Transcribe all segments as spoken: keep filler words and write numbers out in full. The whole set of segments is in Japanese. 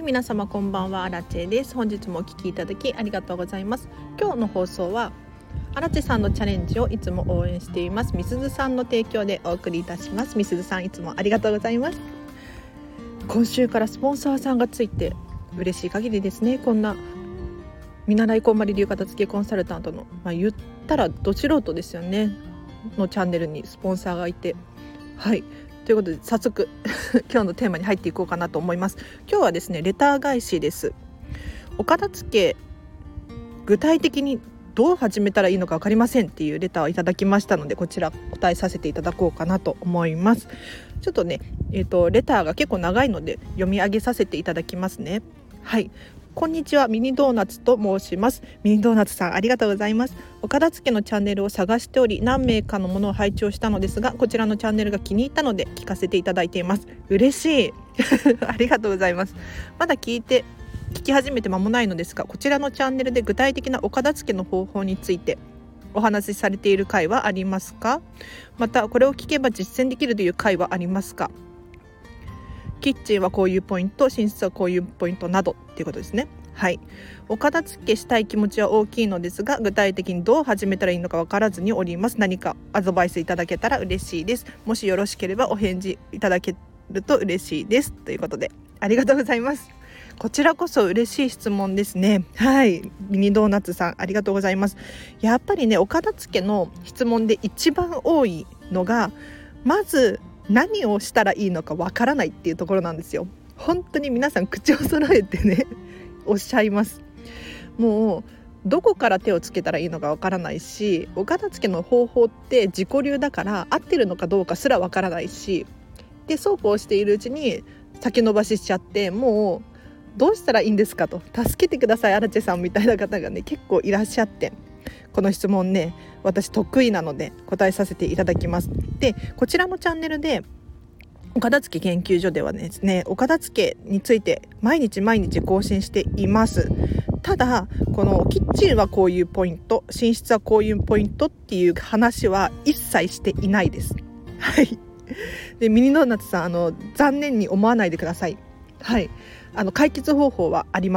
い、皆様こんばんは。アラチェです。本日もお聞きいただきありがとうございます。今日の放送はアラチェさんのチャレンジをいつも応援していますみすずさんの提供でお送りいたします。みすずさん、いつもありがとうございます。今週からスポンサーさんがついて嬉しい限りですね。こんな見習いこんまり流片付けコンサルタントの、まあ、言ったらど素人ですよねのチャンネルにスポンサーがいて、はいということで早速今日のテーマに入っていこうかなと思います。今日はですね、レター返しです。お片付け具体的にどう始めたらいいのか分かりませんっていうレターをいただきましたので、こちら答えさせていただこうかなと思います。ちょっとね、えーと、レターが結構長いので読み上げさせていただきますね。はい、こんにちは、ミニドーナツと申します。ミニドーナツさん、ありがとうございます。お片付けのチャンネルを探しており、何名かのものを拝聴したのですが、こちらのチャンネルが気に入ったので聞かせていただいています。嬉しいありがとうございます。まだ聞いて聞き始めて間もないのですが、こちらのチャンネルで具体的なお片付けの方法についてお話しされている回はありますか？またこれを聞けば実践できるという回はありますか？キッチンはこういうポイント、寝室はこういうポイントなどっていうことですね。はい、お片付けしたい気持ちは大きいのですが、具体的にどう始めたらいいのか分からずにおります。何かアドバイスいただけたら嬉しいです。もしよろしければお返事いただけると嬉しいです、ということでありがとうございます。こちらこそ嬉しい質問ですね。はい、ミニドーナツさん、ありがとうございます。やっぱりね、お片付けの質問で一番多いのが、まず何をしたらいいのかわからないっていうところなんですよ。本当に皆さん口を揃えてねおっしゃいます。もうどこから手をつけたらいいのかわからないし、お片付けの方法って自己流だから合ってるのかどうかすらわからないし、でそうこうしているうちに先延ばししちゃって、もうどうしたらいいんですかと、助けてくださいアラチェさんみたいな方がね結構いらっしゃって、この質問ね、私得意なので答えさせていただきます。でこちらのチャンネルでお片付け研究所ではですね、お片付けについて毎日毎日更新しています。ただこのキッチンはこういうポイント、寝室はこういうポイントっていう話は一切していないです。はいでミニドーナツさん、あの残念に思わないでください。はい、あの解決方法はあります。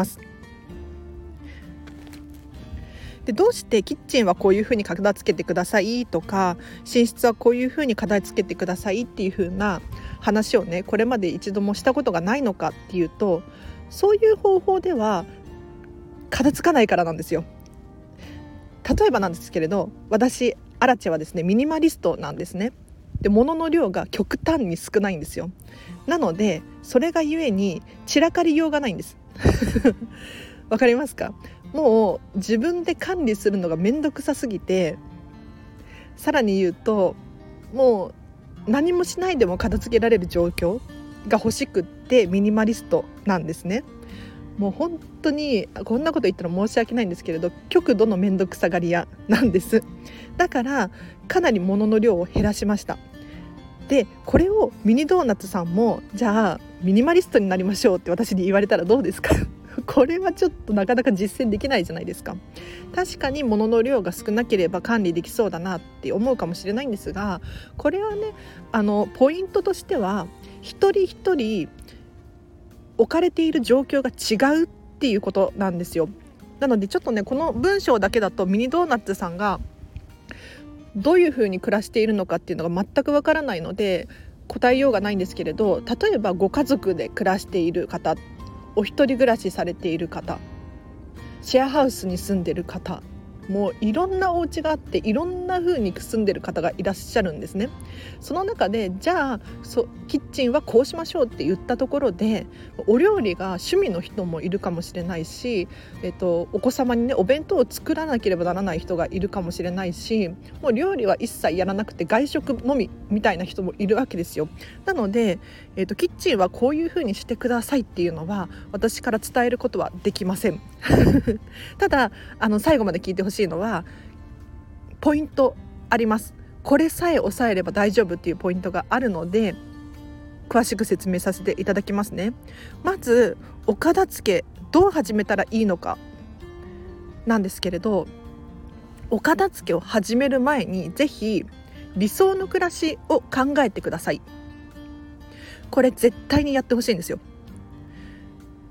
でどうしてキッチンはこういうふうに片付けてくださいとか、寝室はこういうふうに片付けてくださいっていうふうな話をね、これまで一度もしたことがないのかっていうと、そういう方法では片付かないからなんですよ。例えばなんですけれど、私アラチェはですねミニマリストなんですね。で物の量が極端に少ないんですよ。なのでそれがゆえに散らかりようがないんですわかりますか？もう自分で管理するのがめんどくさすぎて、さらに言うともう何もしないでも片付けられる状況が欲しくってミニマリストなんですね。もう本当にこんなこと言ったら申し訳ないんですけれど、極度のめんどくさがり屋なんです。だからかなり物の量を減らしました。でこれをミニドーナツさんもじゃあミニマリストになりましょうって私に言われたらどうですかこれはちょっとなかなか実践できないじゃないですか。確かに物の量が少なければ管理できそうだなって思うかもしれないんですが、これはね、あのポイントとしては一人一人置かれている状況が違うっていうことなんですよ。なのでちょっとね、この文章だけだとミニドーナツさんがどういうふうに暮らしているのかっていうのが全くわからないので答えようがないんですけれど、例えばご家族で暮らしている方、お一人暮らしされている方、シェアハウスに住んでいる方、もういろんなお家があっていろんな風に住んでる方がいらっしゃるんですね。その中でじゃあそキッチンはこうしましょうって言ったところで、お料理が趣味の人もいるかもしれないし、えっと、お子様にねお弁当を作らなければならない人がいるかもしれないし、もう料理は一切やらなくて外食のみみたいな人もいるわけですよ。なので、えっと、キッチンはこういう風にしてくださいっていうのは私から伝えることはできませんただあの最後まで聞いてほしいのはポイントあります。これさえ押さえれば大丈夫っていうポイントがあるので詳しく説明させていただきますね。まずお片付けどう始めたらいいのかなんですけれど、お片付けを始める前にぜひ理想の暮らしを考えてください。これ絶対にやってほしいんですよ。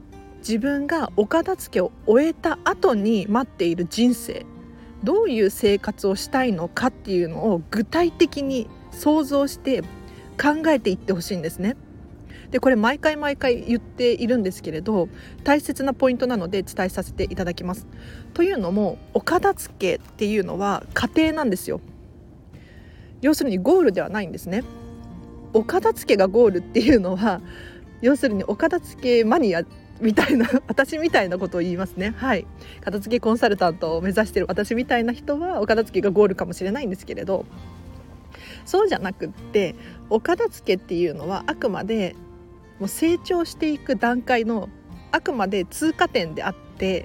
自分がお片付けを終えた後に待っている人生、どういう生活をしたいのかっていうのを具体的に想像して考えていってほしいんですね。でこれ毎回毎回言っているんですけれど、大切なポイントなので伝えさせていただきます。というのも、お片付けっていうのは過程なんですよ。要するにゴールではないんですね。お片付けがゴールっていうのは、要するにお片付けマニアみたいな私みたいなことを言いますね。はい、片付けコンサルタントを目指している私みたいな人はお片付けがゴールかもしれないんですけれど、そうじゃなくって、お片付けっていうのはあくまでもう成長していく段階のあくまで通過点であって、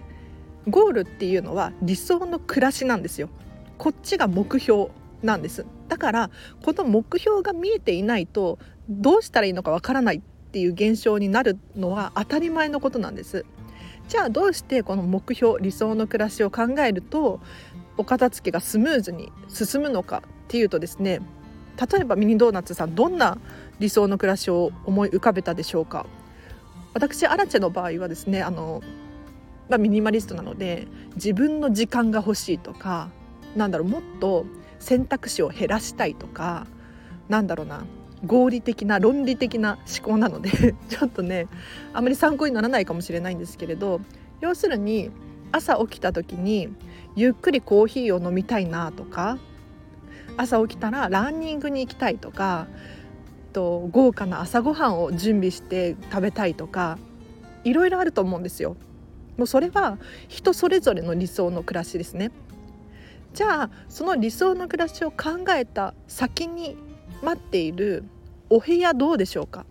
ゴールっていうのは理想の暮らしなんですよ。こっちが目標なんです。だからこの目標が見えていないとどうしたらいいのかわからないっていう現象になるのは当たり前のことなんです。じゃあどうしてこの目標、理想の暮らしを考えるとお片付けがスムーズに進むのかっていうとですね、例えばミニドーナツさん、どんな理想の暮らしを思い浮かべたでしょうか。私アラチェの場合はですね、あの、まあ、ミニマリストなので自分の時間が欲しいとか、なんだろう、もっと選択肢を減らしたいとか、なんだろうな、合理的な論理的な思考なのでちょっとねあまり参考にならないかもしれないんですけれど、要するに朝起きた時にゆっくりコーヒーを飲みたいなとか、朝起きたらランニングに行きたいとか、と豪華な朝ごはんを準備して食べたいとか、いろいろあると思うんですよ。もうそれは人それぞれの理想の暮らしですね。じゃあその理想の暮らしを考えた先に待っているお部屋どうでしょうか。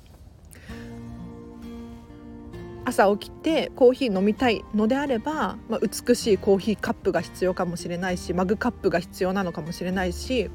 朝起きてコーヒー飲みたいのであれば、まあ、美しいコーヒーカップが必要かもしれないし、マグカップが必要なのかもしれないし、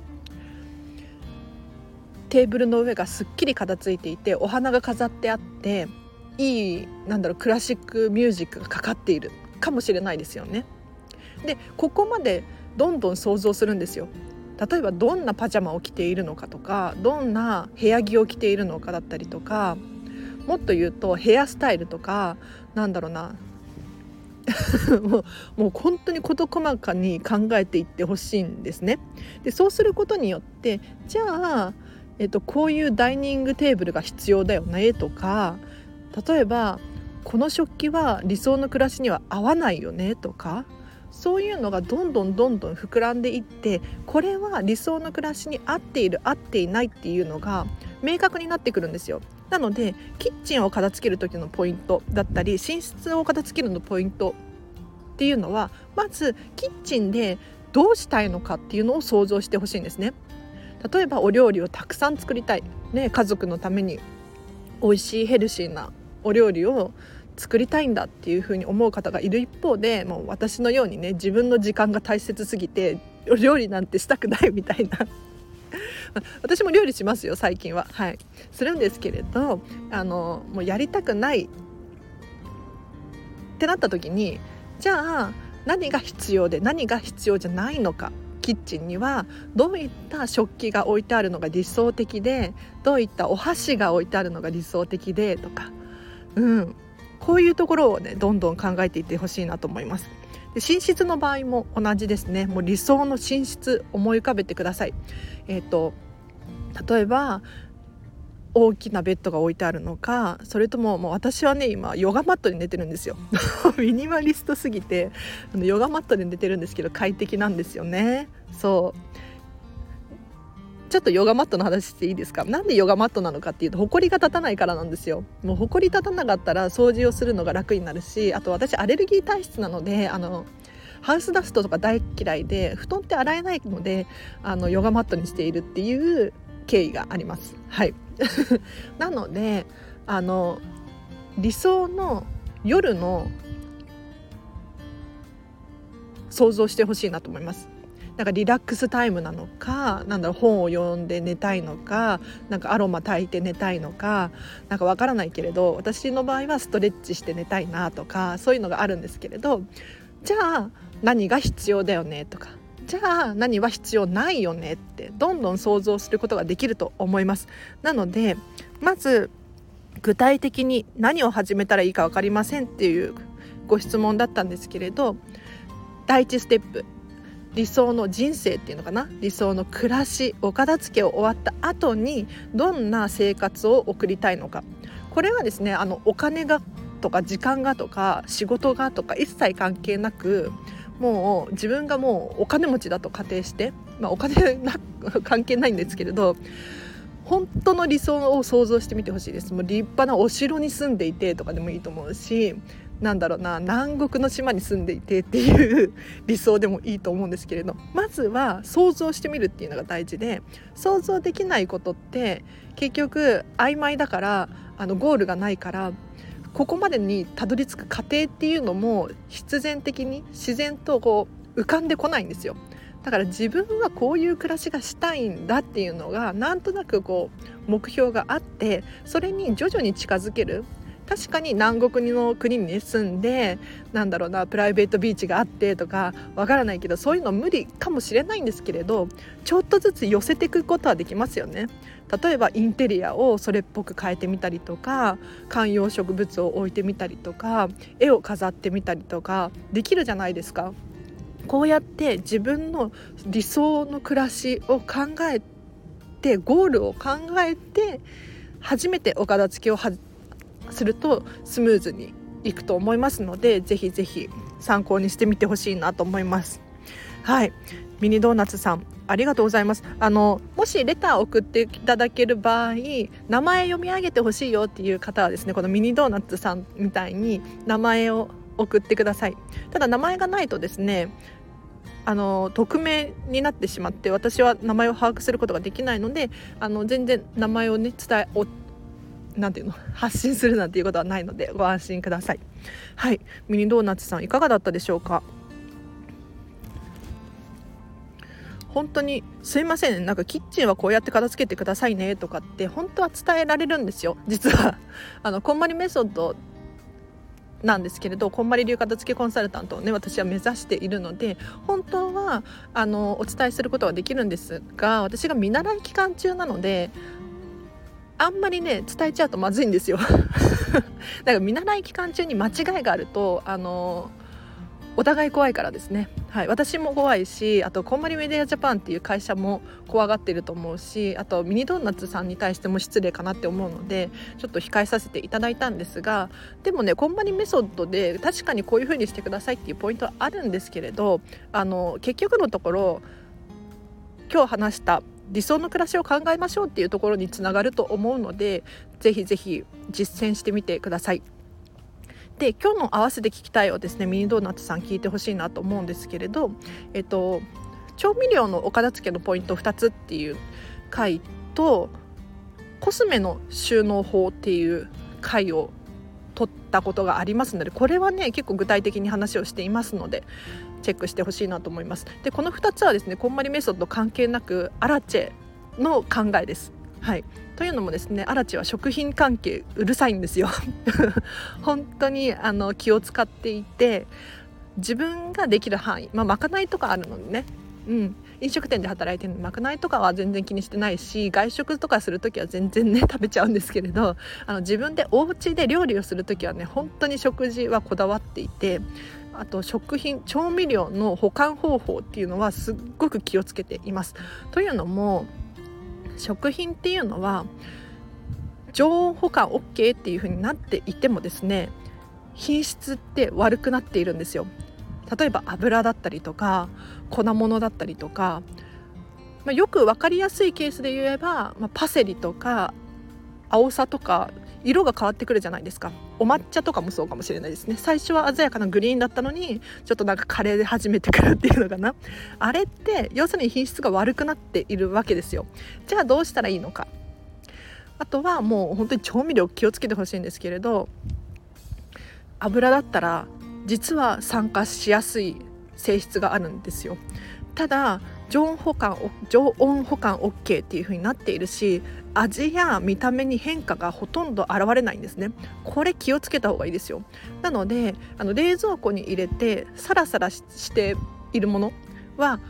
テーブルの上がすっきり片付いていてお花が飾ってあっていい、なんだろう、クラシックミュージックがかかっているかもしれないですよね。でここまでどんどん想像するんですよ。例えばどんなパジャマを着ているのかとか、どんな部屋着を着ているのかだったりとか、もっと言うとヘアスタイルとか、なんだろうなもう、もう本当に事細かに考えていってほしいんですね。でそうすることによって、じゃあ、えっと、こういうダイニングテーブルが必要だよねとか、例えばこの食器は理想の暮らしには合わないよねとか、そういうのがどんどんどんどん膨らんでいって、これは理想の暮らしに合っている合っていないっていうのが明確になってくるんですよ。なのでキッチンを片付ける時のポイントだったり、寝室を片付けるのポイントっていうのは、まずキッチンでどうしたいのかっていうのを想像してほしいんですね。例えばお料理をたくさん作りたい、ね、家族のために美味しいヘルシーなお料理を作りたいんだっていうふうに思う方がいる一方で、もう私のようにね、自分の時間が大切すぎてお料理なんてしたくないみたいな私も料理しますよ最近は、はい、するんですけれど、あのもうやりたくないってなった時に、じゃあ何が必要で何が必要じゃないのか、キッチンにはどういった食器が置いてあるのが理想的で、どういったお箸が置いてあるのが理想的でとか、うん、こういうところをねどんどん考えていってほしいなと思います。で寝室の場合も同じですね。もう理想の寝室思い浮かべてください。えーと、例えば大きなベッドが置いてあるのか、それとも、もう私はね今ヨガマットで寝てるんですよミニマリストすぎてあのヨガマットで寝てるんですけど快適なんですよね。そうちょっとヨガマットの話していいですか。なんでヨガマットなのかっていうと、ホコリが立たないからなんですよ。もうホコリ立たなかったら掃除をするのが楽になるし、あと私アレルギー体質なので、あのハウスダストとか大嫌いで、布団って洗えないので、あのヨガマットにしているっていう経緯があります。はいなのであの理想の夜の想像してほしいなと思います。なんかリラックスタイムなのか、なんだろう、本を読んで寝たいのか、なんかアロマ焚いて寝たいのか、なんかわからないけれど、私の場合はストレッチして寝たいなとか、そういうのがあるんですけれど、じゃあ何が必要だよねとか、じゃあ何は必要ないよねってどんどん想像することができると思います。なのでまず具体的に何を始めたらいいか分かりませんっていうご質問だったんですけれど、第一ステップ、理想の人生っていうのかな、理想の暮らし、お片付けを終わった後にどんな生活を送りたいのか、これはですね、あのお金がとか時間がとか仕事がとか一切関係なく、もう自分がもうお金持ちだと仮定して、まあ、お金な関係ないんですけれど、本当の理想を想像してみてほしいです。もう立派なお城に住んでいてとかでもいいと思うし、なんだろうな、南国の島に住んでいてっていう理想でもいいと思うんですけれど、まずは想像してみるっていうのが大事で、想像できないことって結局曖昧だから、あのゴールがないから、ここまでにたどり着く過程っていうのも必然的に自然とこう浮かんでこないんですよ。だから自分はこういう暮らしがしたいんだっていうのがなんとなくこう目標があって、それに徐々に近づける。確かに南国の国に住んで、なんだろうな、プライベートビーチがあってとかわからないけど、そういうの無理かもしれないんですけれど、ちょっとずつ寄せていくことはできますよね。例えばインテリアをそれっぽく変えてみたりとか、観葉植物を置いてみたりとか、絵を飾ってみたりとかできるじゃないですか。こうやって自分の理想の暮らしを考えて、ゴールを考えて初めてお片付けをはするとスムーズにいくと思いますので、ぜひぜひ参考にしてみてほしいなと思います。はい、ミニドーナツさんありがとうございます。あのもしレターを送っていただける場合、名前読み上げてほしいよっていう方はですね、このミニドーナツさんみたいに名前を送ってください。ただ名前がないとですね、あの匿名になってしまって私は名前を把握することができないので、あの全然名前をね伝えおなんていうの発信するなんていうことはないのでご安心ください。はい、ミニドーナツさんいかがだったでしょうか。本当にすいません、なんかキッチンはこうやって片付けてくださいねとかって本当は伝えられるんですよ。実はあのこんまりメソッドなんですけれど、こんまり流片付けコンサルタントをね私は目指しているので、本当はあのお伝えすることはできるんですが、私が見習い期間中なのであんまりね伝えちゃうとまずいんですよだから見習い期間中に間違いがあるとあのお互い怖いからですね。はい、私も怖いし、あとこんまりメディアジャパンっていう会社も怖がってると思うし、あとミニドーナツさんに対しても失礼かなって思うのでちょっと控えさせていただいたんですが、でもねこんまりメソッドで確かにこういう風にしてくださいっていうポイントはあるんですけれど、あの結局のところ今日話した理想の暮らしを考えましょうっていうところにつながると思うので、ぜひぜひ実践してみてください。で今日の合わせて聞きたいをですね、ミニドーナツさん聞いてほしいなと思うんですけれど、えっと、調味料のお片付けのポイントふたつっていう回と、コスメの収納法っていう回を取ったことがありますので、これはね結構具体的に話をしていますのでチェックしてほしいなと思います。でこのふたつはですね、こんまりメソッド関係なくアラチェの考えです。はい、というのもですね、アラチは食品関係うるさいんですよ本当にあの気を使っていて、自分ができる範囲、まあ、まかないとかあるのでね、うん、飲食店で働いてるのでまかないとかは全然気にしてないし、外食とかするときは全然ね食べちゃうんですけれど、あの自分でお家で料理をするときはね本当に食事はこだわっていて、あと食品調味料の保管方法っていうのはすっごく気をつけています。というのも食品っていうのは常温保管 OK っていう風になっていてもですね、品質って悪くなっているんですよ。例えば油だったりとか粉物だったりとか、まあ、よく分かりやすいケースで言えば、まあ、パセリとか青さとか色が変わってくるじゃないですか。お抹茶とかもそうかもしれないですね。最初は鮮やかなグリーンだったのにちょっとなんかカレーで始めてくるっていうのかな。あれって要するに品質が悪くなっているわけですよ。じゃあどうしたらいいのか。あとはもう本当に調味料気をつけてほしいんですけれど、油だったら実は酸化しやすい性質があるんですよ。ただ常温保管常温保管 OK っていう風になっているし、味や見た目に変化がほとんど現れないんですね。これ気をつけた方がいいですよ。なのであの冷蔵庫に入れてサラサラしているものは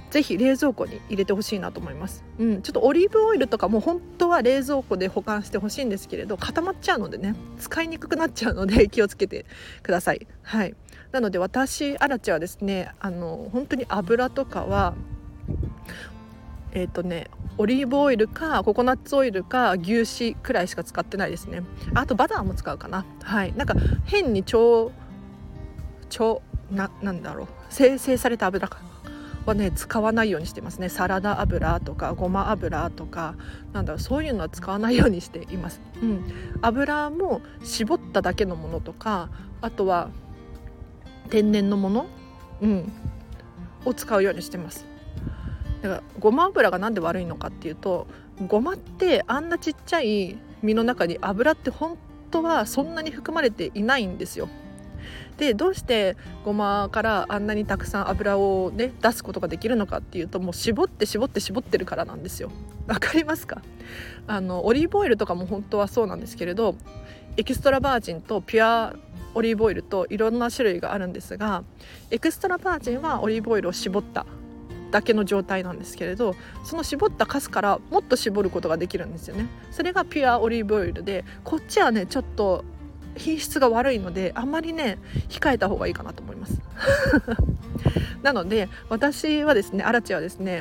ぜひ冷蔵庫に入れてほしいなと思います、うん、ちょっとオリーブオイルとかも本当は冷蔵庫で保管してほしいんですけれど、固まっちゃうのでね、使いにくくなっちゃうので気をつけてください。はい、なので私アラチはですね、あの本当に油とかはえっとねオリーブオイルかココナッツオイルか牛脂くらいしか使ってないですね。あとバターも使うかな。はい、なんか変に超超ななんだろう生成された油かはね使わないようにしてますね。サラダ油とかごま油とかなんだろう、そういうのは使わないようにしています、うん、油も絞っただけのものとか、あとは天然のもの、うん、を使うようにしてます。だからごま油がなんで悪いのかっていうと、ごまってあんなちっちゃい実の中に油って本当はそんなに含まれていないんですよ。でどうしてごまからあんなにたくさん油を、ね、出すことができるのかっていうと、もう絞って絞って絞ってるからなんですよ。わかりますか？あのオリーブオイルとかも本当はそうなんですけれど、エキストラバージンとピュアオリーブオイルといろんな種類があるんですが、エクストラバージンはオリーブオイルを絞っただけの状態なんですけれど、その絞ったカスからもっと絞ることができるんですよね。それがピュアオリーブオイルで、こっちはねちょっと品質が悪いのであんまりね控えた方がいいかなと思いますなので私はですね、アラチはですね、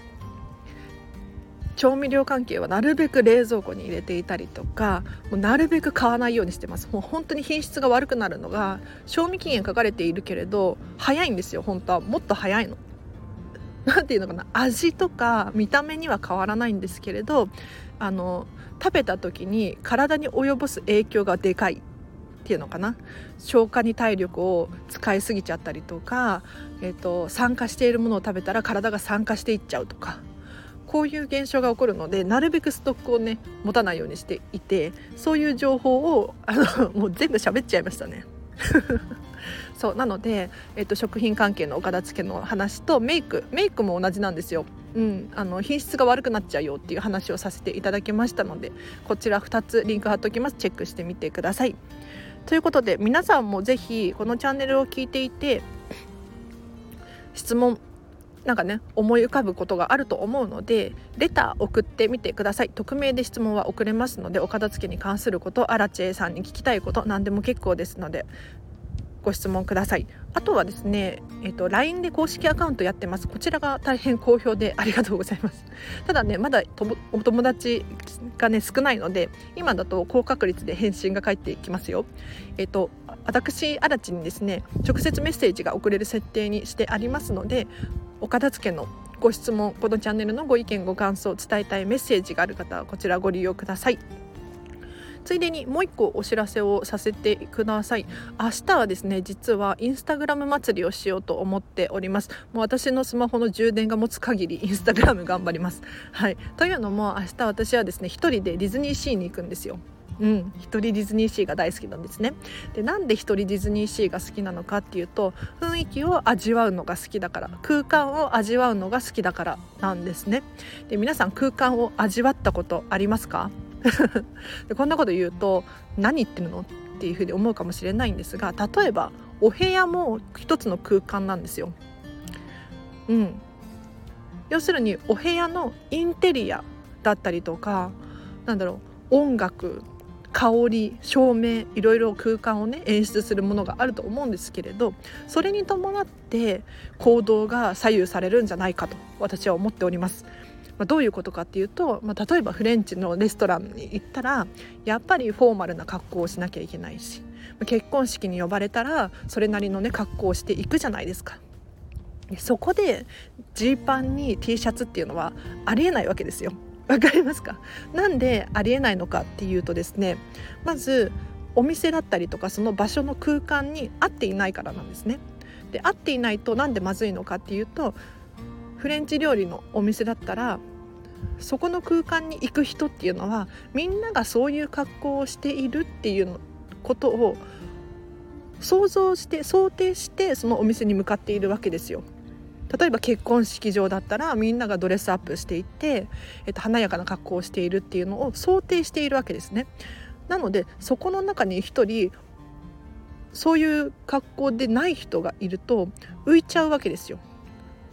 調味料関係はなるべく冷蔵庫に入れていたりとか、もうなるべく買わないようにしてます。もう本当に品質が悪くなるのが、賞味期限書かれているけれど早いんですよ。本当はもっと早いの。なんていうのかな、味とか見た目には変わらないんですけれど、あの食べた時に体に及ぼす影響がでかいっていうのかな。消化に体力を使いすぎちゃったりとか、えーと、酸化しているものを食べたら体が酸化していっちゃうとか、こういう現象が起こるので、なるべくストックをね持たないようにしていて、そういう情報をあのもう全部喋っちゃいましたねそうなので、えっと、食品関係のお片付けの話とメイクメイクも同じなんですよ、うん、あの品質が悪くなっちゃうよっていう話をさせていただきましたので、こちらふたつリンク貼っておきます。チェックしてみてください。ということで、皆さんもぜひこのチャンネルを聞いていて質問なんかね思い浮かぶことがあると思うので、レター送ってみてください。匿名で質問は送れますので、お片付けに関すること、アラチェさんに聞きたいこと、何でも結構ですのでご質問ください。あとはですね、えーと、ライン で公式アカウントやってます。こちらが大変好評でありがとうございます。ただねまだとお友達がね少ないので、今だと高確率で返信が返ってきますよ。えーと私アラチにですね直接メッセージが送れる設定にしてありますので、お片付けのご質問、このチャンネルのご意見ご感想、伝えたいメッセージがある方はこちらご利用ください。ついでにもう一個お知らせをさせてください。明日はですね、実はインスタグラム祭りをしようと思っております。もう私のスマホの充電が持つ限りインスタグラム頑張ります。はい、というのも明日私はですね一人でディズニーシーに行くんですよ。うん、一人ディズニーシーが大好きなんですね。でなんで一人ディズニーシーが好きなのかっていうと、雰囲気を味わうのが好きだから、空間を味わうのが好きだからなんですね。で皆さん空間を味わったことありますか？でこんなこと言うと何言ってるのっていうふうに思うかもしれないんですが、例えばお部屋も一つの空間なんですよ。うん、要するにお部屋のインテリアだったりとか、なんだろう、音楽、香り、照明、いろいろ空間をね演出するものがあると思うんですけれど、それに伴って行動が左右されるんじゃないかと私は思っております。まあ、どういうことかっていうと、まあ、例えばフレンチのレストランに行ったらやっぱりフォーマルな格好をしなきゃいけないし、結婚式に呼ばれたらそれなりのね格好をしていくじゃないですか。でそこでジーパンに T シャツっていうのはありえないわけですよ。わかりますか？なんでありえないのかっていうとですね、まずお店だったりとかその場所の空間に合っていないからなんですね。で合っていないとなんでまずいのかっていうと、フレンチ料理のお店だったらそこの空間に行く人っていうのはみんながそういう格好をしているっていうことを想像して想定してそのお店に向かっているわけですよ。例えば結婚式場だったらみんながドレスアップしていて、えっと、華やかな格好をしているっていうのを想定しているわけですね。なのでそこの中に一人そういう格好でない人がいると浮いちゃうわけですよ。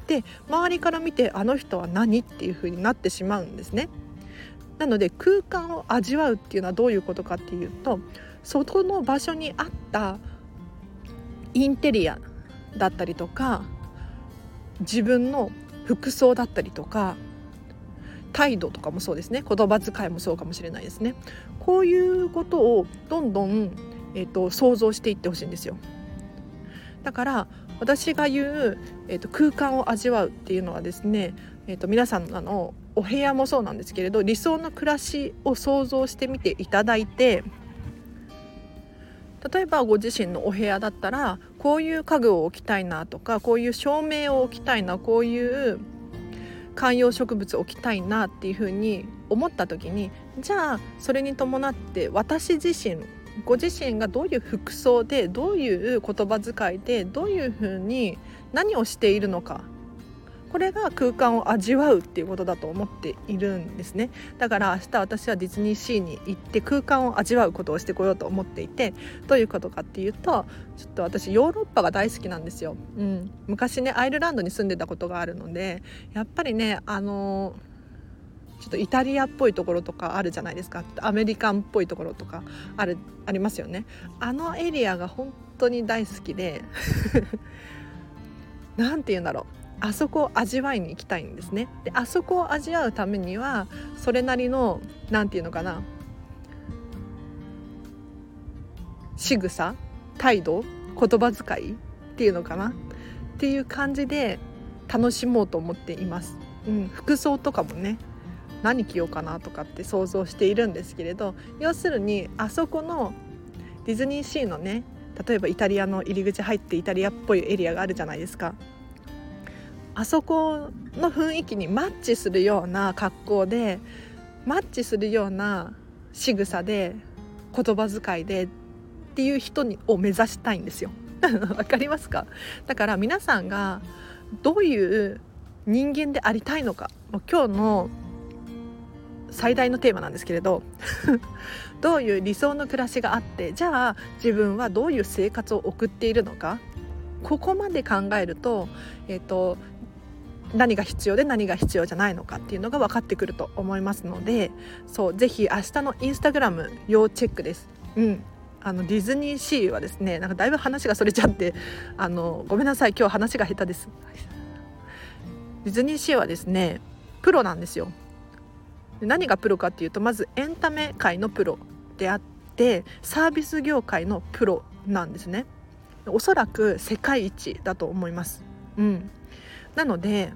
で周りから見てあの人は何っていう風になってしまうんですね。なので空間を味わうっていうのはどういうことかっていうと、そこの場所にあったインテリアだったりとか、自分の服装だったりとか、態度とかもそうですね、言葉遣いもそうかもしれないですね。こういうことをどんどん、えーと、想像していってほしいんですよ。だから私が言う、えーと、空間を味わうっていうのはですね、えーと、皆さんのお部屋もそうなんですけれど、理想の暮らしを想像してみていただいて、例えばご自身のお部屋だったらこういう家具を置きたいなとか、こういう照明を置きたいな、こういう観葉植物を置きたいなっていうふうに思った時に、じゃあそれに伴って私自身、ご自身がどういう服装で、どういう言葉遣いで、どういうふうに何をしているのか、これが空間を味わうっていうことだと思っているんですね。だから明日私はディズニーシーに行って空間を味わうことをしてこようと思っていて、どういうことかっていうと、ちょっと私ヨーロッパが大好きなんですよ、うん、昔ねアイルランドに住んでたことがあるので、やっぱりねあのちょっとイタリアっぽいところとかあるじゃないですか、アメリカンっぽいところとかあるありますよね。あのエリアが本当に大好きでなんて言うんだろう、あそこを味わいに行きたいんですね。であそこを味わうためにはそれなりのなんていうのかな、仕草、態度、言葉遣いっていうのかなっていう感じで楽しもうと思っています、うん、服装とかもね何着ようかなとかって想像しているんですけれど、要するにあそこのディズニーシーのね、例えばイタリアの入り口入ってイタリアっぽいエリアがあるじゃないですか。あそこの雰囲気にマッチするような格好で、マッチするような仕草で、言葉遣いでっていう人にを目指したいんですよわかりますか？だから皆さんがどういう人間でありたいのか、もう今日の最大のテーマなんですけれどどういう理想の暮らしがあって、じゃあ自分はどういう生活を送っているのか、ここまで考えると、えっと何が必要で何が必要じゃないのかっていうのが分かってくると思いますので、そうぜひ明日のインスタグラム要チェックです、うん、あのディズニーシーはですね、なんかだいぶ話がそれちゃってあのごめんなさい、今日話が下手です。ディズニーシーはですねプロなんですよ。何がプロかっていうと、まずエンタメ界のプロであって、サービス業界のプロなんですね。おそらく世界一だと思います、うん、なので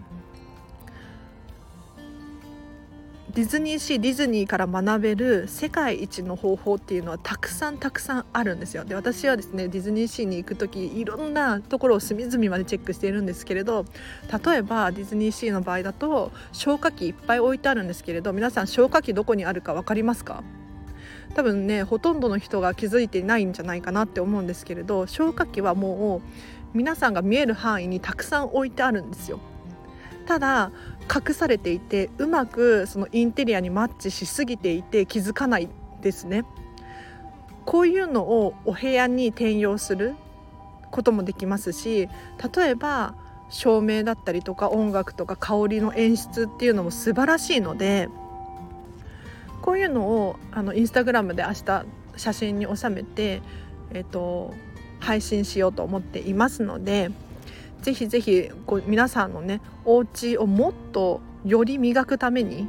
ディズニーシー、ディズニーから学べる世界一の方法っていうのはたくさんたくさんあるんですよ。で私はですねディズニーシーに行くときいろんなところを隅々までチェックしているんですけれど、例えばディズニーシーの場合だと消火器いっぱい置いてあるんですけれど、皆さん消火器どこにあるか分かりますか？多分ねほとんどの人が気づいていないんじゃないかなって思うんですけれど、消火器はもう皆さんが見える範囲にたくさん置いてあるんですよ。ただ隠されていて、うまくそのインテリアにマッチしすぎていて気づかないですね。こういうのをお部屋に転用することもできますし、例えば照明だったりとか音楽とか香りの演出っていうのも素晴らしいので、こういうのをあのインスタグラムで明日写真に収めて、えっと、配信しようと思っていますので、ぜひぜひこう皆さんのねお家をもっとより磨くために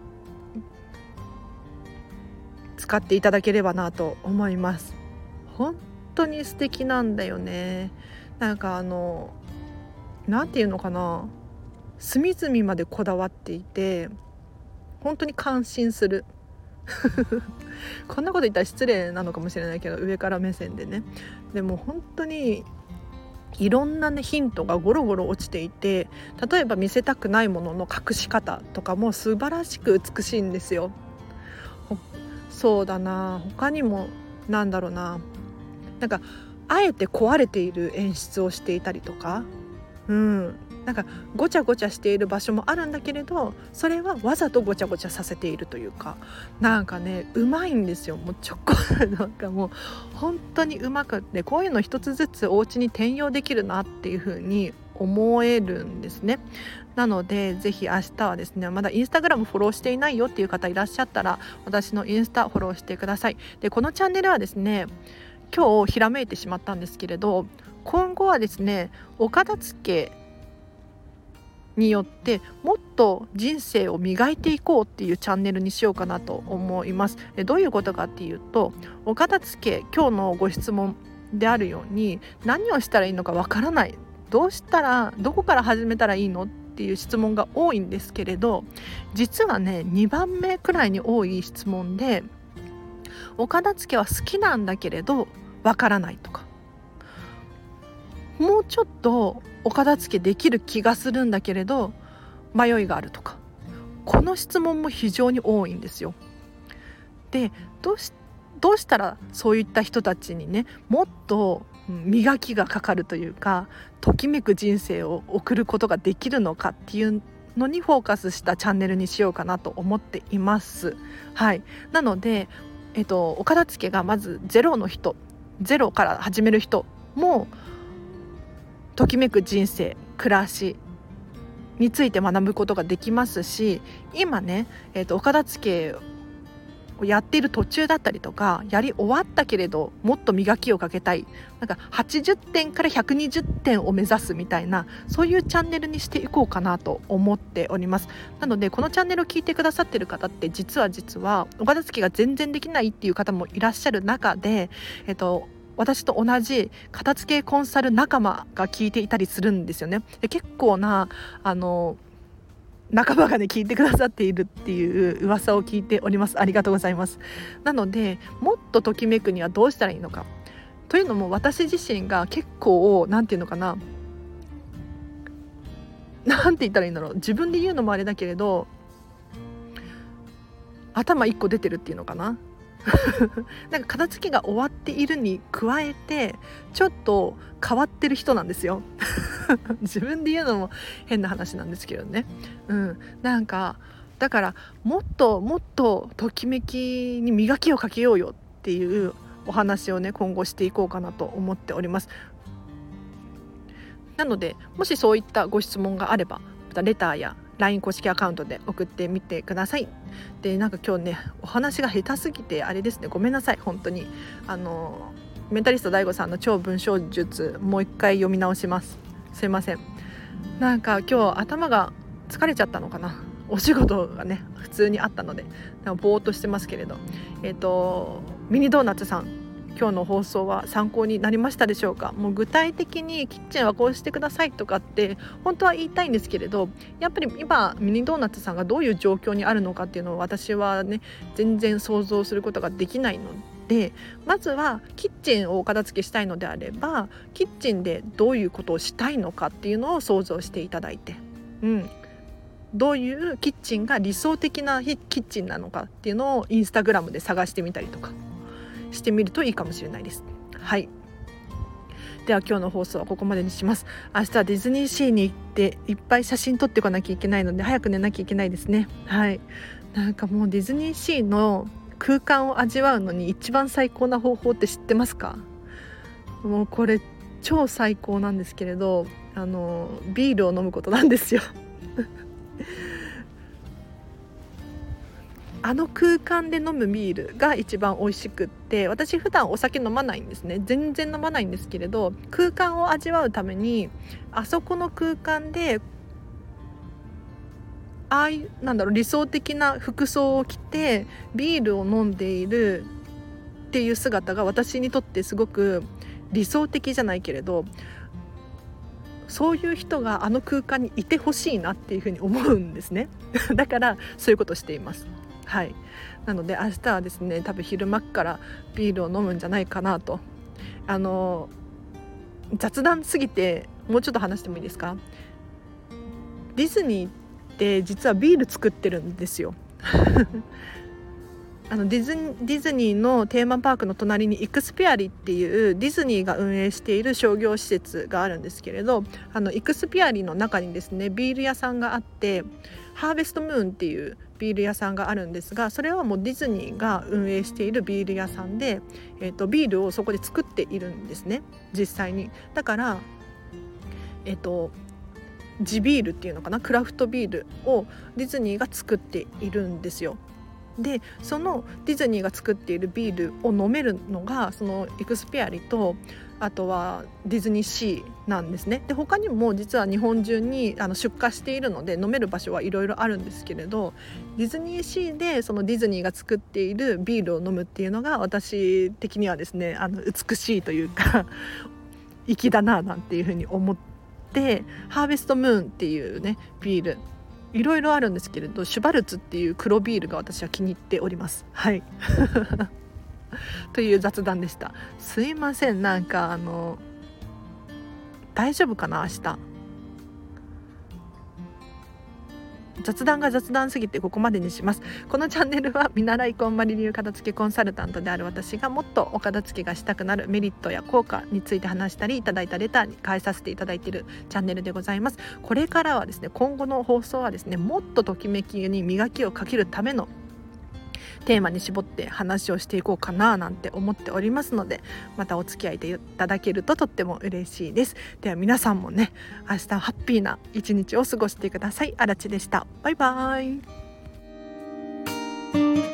使っていただければなと思います。本当に素敵なんだよね。なんかあのなんていうのかな、隅々までこだわっていて本当に感心するこんなこと言ったら失礼なのかもしれないけど、上から目線でね、でも本当にいろんな、ね、ヒントがゴロゴロ落ちていて、例えば見せたくないものの隠し方とかも素晴らしく美しいんですよ。そうだな、他にもなんだろうな、なんかあえて壊れている演出をしていたりとか、うん、なんかごちゃごちゃしている場所もあるんだけれど、それはわざとごちゃごちゃさせているというか、なんかねうまいんですよ。もうちょこなんかもう本当にうまくって、こういうの一つずつお家に転用できるなっていう風に思えるんですね。なのでぜひ明日はですね、まだインスタグラムフォローしていないよっていう方いらっしゃったら、私のインスタフォローしてください。でこのチャンネルはですね、今日ひらめいてしまったんですけれど、今後はですね、お片付けによってもっと人生を磨いていこうっていうチャンネルにしようかなと思います。でどういうことかっていうと、お片付け、今日のご質問であるように、何をしたらいいのかわからない、どうしたらどこから始めたらいいのっていう質問が多いんですけれど、実はねにばんめくらいに多い質問で、お片付けは好きなんだけれどわからないとか、もうちょっとお片付けできる気がするんだけれど迷いがあるとか、この質問も非常に多いんですよ。でどうし、どうしたらそういった人たちにね、もっと磨きがかかるというか、ときめく人生を送ることができるのかっていうのにフォーカスしたチャンネルにしようかなと思っています。はい、なので、えっと、お片付けがまずゼロの人、ゼロから始める人もときめく人生、暮らしについて学ぶことができますし、今ね、えっと、お片付けをやっている途中だったりとか、やり終わったけれどもっと磨きをかけたい、なんかはちじゅってんからひゃくにじゅってんを目指すみたいな、そういうチャンネルにしていこうかなと思っております。なのでこのチャンネルを聞いてくださっている方って、実は実はお片付けが全然できないっていう方もいらっしゃる中で、えっと私と同じ片付けコンサル仲間が聞いていたりするんですよね。で結構なあの仲間がね聞いてくださっているっていう噂を聞いております。ありがとうございます。なのでもっとときめくにはどうしたらいいのかというのも、私自身が結構なんていうのかななんて言ったらいいんだろう、自分で言うのもあれだけれど頭一個出てるっていうのかななんか片付けが終わっているに加えてちょっと変わってる人なんですよ自分で言うのも変な話なんですけどね、うん、なんかだからもっともっとときめきに磨きをかけようよっていうお話をね今後していこうかなと思っております。なのでもしそういったご質問があれば、またレターや ライン 公式アカウントで送ってみてください。でなんか今日ねお話が下手すぎてあれですね、ごめんなさい。本当にあのメンタリスト ダイゴ さんの超文章術もう一回読み直します。すいません。なんか今日頭が疲れちゃったのかな、お仕事がね普通にあったのでなんかぼーっとしてますけれど、えっとミニドーナツさん、今日の放送は参考になりましたでしょうか。もう具体的にキッチンはこうしてくださいとかって本当は言いたいんですけれど、やっぱり今ミニドーナツさんがどういう状況にあるのかっていうのを私はね全然想像することができないので、まずはキッチンをお片付けしたいのであれば、キッチンでどういうことをしたいのかっていうのを想像していただいて、うん、どういうキッチンが理想的なキッチンなのかっていうのをインスタグラムで探してみたりとかしてみるといいかもしれないです。はい、では今日の放送はここまでにします。明日はディズニーシーに行っていっぱい写真撮ってこなきゃいけないので早く寝なきゃいけないですね。はい、なんかもうディズニーシーの空間を味わうのに一番最高な方法って知ってますか？もうこれ超最高なんですけれど、あのビールを飲むことなんですよあの空間で飲むビールが一番美味しくって、私普段お酒飲まないんですね。全然飲まないんですけれど、空間を味わうためにあそこの空間でああいうなんだろう理想的な服装を着てビールを飲んでいるっていう姿が私にとってすごく理想的じゃないけれど、そういう人があの空間にいてほしいなっていうふうに思うんですねだからそういうことをしています。はい、なので明日はですね多分昼間からビールを飲むんじゃないかなと。あの雑談すぎてもうちょっと話してもいいですか？ディズニーって実はビール作ってるんですよあのディズニー、ディズニーのテーマパークの隣にイクスピアリっていうディズニーが運営している商業施設があるんですけれど、あのイクスピアリの中にですねビール屋さんがあって、ハーベストムーンっていうビール屋さんがあるんですが、それはもうディズニーが運営しているビール屋さんで、えーと、ビールをそこで作っているんですね実際に。だから、えーと地ビールっていうのかな、クラフトビールをディズニーが作っているんですよ。でそのディズニーが作っているビールを飲めるのがそのエクスペアリとあとはディズニーシーなんですね。で他にも実は日本中にあの出荷しているので飲める場所はいろいろあるんですけれど、ディズニーシーでそのディズニーが作っているビールを飲むっていうのが私的にはですね、あの美しいというか粋だななんていうふうに思って、ハーベストムーンっていうねビールいろいろあるんですけれど、シュバルツっていう黒ビールが私は気に入っております。はいという雑談でした。すいません、なんかあの大丈夫かな、明日雑談が雑談すぎてここまでにします。このチャンネルは見習いこんまり流片付けコンサルタントである私がもっとお片付けがしたくなるメリットや効果について話したり、いただいたレターに返させていただいているチャンネルでございます。これからはですね、今後の放送はですね、もっとときめきに磨きをかけるためのテーマに絞って話をしていこうかななんて思っておりますので、またお付き合いいただけるととっても嬉しいです。では皆さんもね、明日ハッピーな一日を過ごしてください。あらちでした。バイバイ。